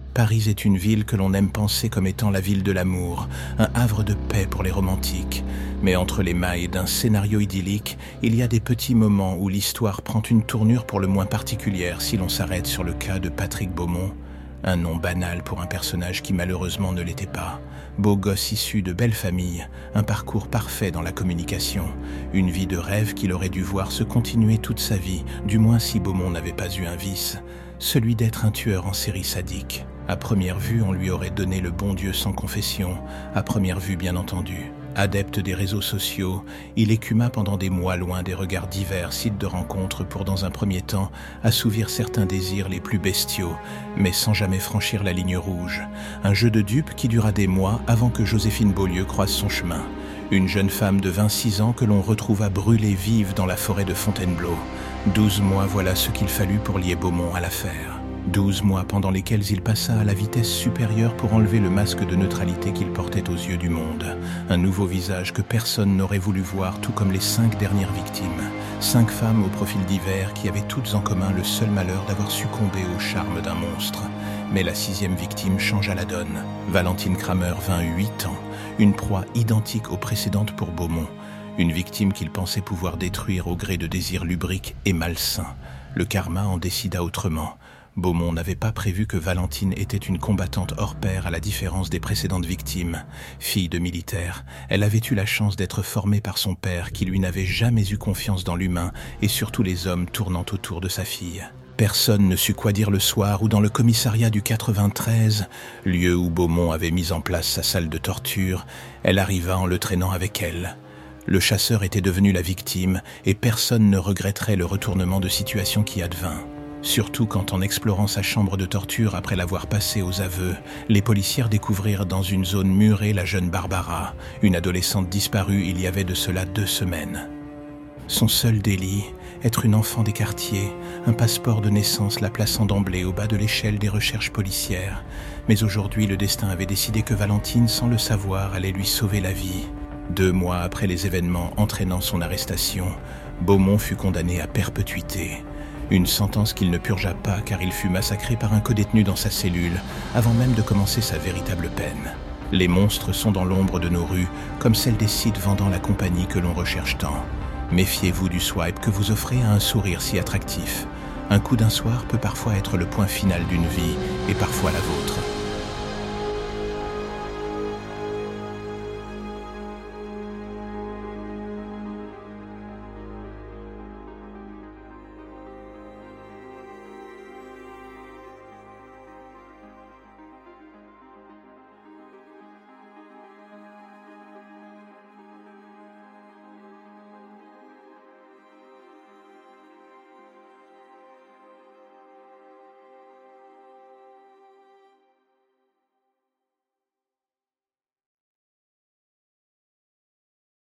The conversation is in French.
Paris est une ville que l'on aime penser comme étant la ville de l'amour, un havre de paix pour les romantiques. Mais entre les mailles d'un scénario idyllique, il y a des petits moments où l'histoire prend une tournure pour le moins particulière si l'on s'arrête sur le cas de Patrick Beaumont. Un nom banal pour un personnage qui malheureusement ne l'était pas. Beau gosse issu de belle famille, un parcours parfait dans la communication, une vie de rêve qu'il aurait dû voir se continuer toute sa vie, du moins si Beaumont n'avait pas eu un vice, celui d'être un tueur en série sadique. À première vue, on lui aurait donné le bon Dieu sans confession, à première vue bien entendu. Adepte des réseaux sociaux, il écuma pendant des mois loin des regards divers sites de rencontres pour dans un premier temps assouvir certains désirs les plus bestiaux, mais sans jamais franchir la ligne rouge. Un jeu de dupes qui dura des mois avant que Joséphine Beaulieu croise son chemin. Une jeune femme de 26 ans que l'on retrouva brûlée vive dans la forêt de Fontainebleau. 12 mois, voilà ce qu'il fallut pour lier Beaumont à l'affaire. 12 mois pendant lesquels il passa à la vitesse supérieure pour enlever le masque de neutralité qu'il portait aux yeux du monde. Un nouveau visage que personne n'aurait voulu voir, tout comme les 5 dernières victimes. 5 femmes au profil divers qui avaient toutes en commun le seul malheur d'avoir succombé au charme d'un monstre. Mais la 6e victime changea la donne. Valentine Kramer vint 8 ans, une proie identique aux précédentes pour Beaumont. Une victime qu'il pensait pouvoir détruire au gré de désirs lubriques et malsains. Le karma en décida autrement. Beaumont n'avait pas prévu que Valentine était une combattante hors pair à la différence des précédentes victimes. Fille de militaire, elle avait eu la chance d'être formée par son père qui lui n'avait jamais eu confiance dans l'humain et surtout les hommes tournant autour de sa fille. Personne ne sut quoi dire le soir où dans le commissariat du 93, lieu où Beaumont avait mis en place sa salle de torture, elle arriva en le traînant avec elle. Le chasseur était devenu la victime et personne ne regretterait le retournement de situation qui advint. Surtout quand, en explorant sa chambre de torture après l'avoir passée aux aveux, les policières découvrirent dans une zone murée la jeune Barbara, une adolescente disparue il y avait de cela 2 semaines. Son seul délit, être une enfant des quartiers, un passeport de naissance la plaçant d'emblée au bas de l'échelle des recherches policières. Mais aujourd'hui, le destin avait décidé que Valentine, sans le savoir, allait lui sauver la vie. 2 mois après les événements entraînant son arrestation, Beaumont fut condamné à perpétuité. Une sentence qu'il ne purgea pas car il fut massacré par un codétenu dans sa cellule avant même de commencer sa véritable peine. Les monstres sont dans l'ombre de nos rues comme celles des sites vendant la compagnie que l'on recherche tant. Méfiez-vous du swipe que vous offrez à un sourire si attractif. Un coup d'un soir peut parfois être le point final d'une vie et parfois la vôtre.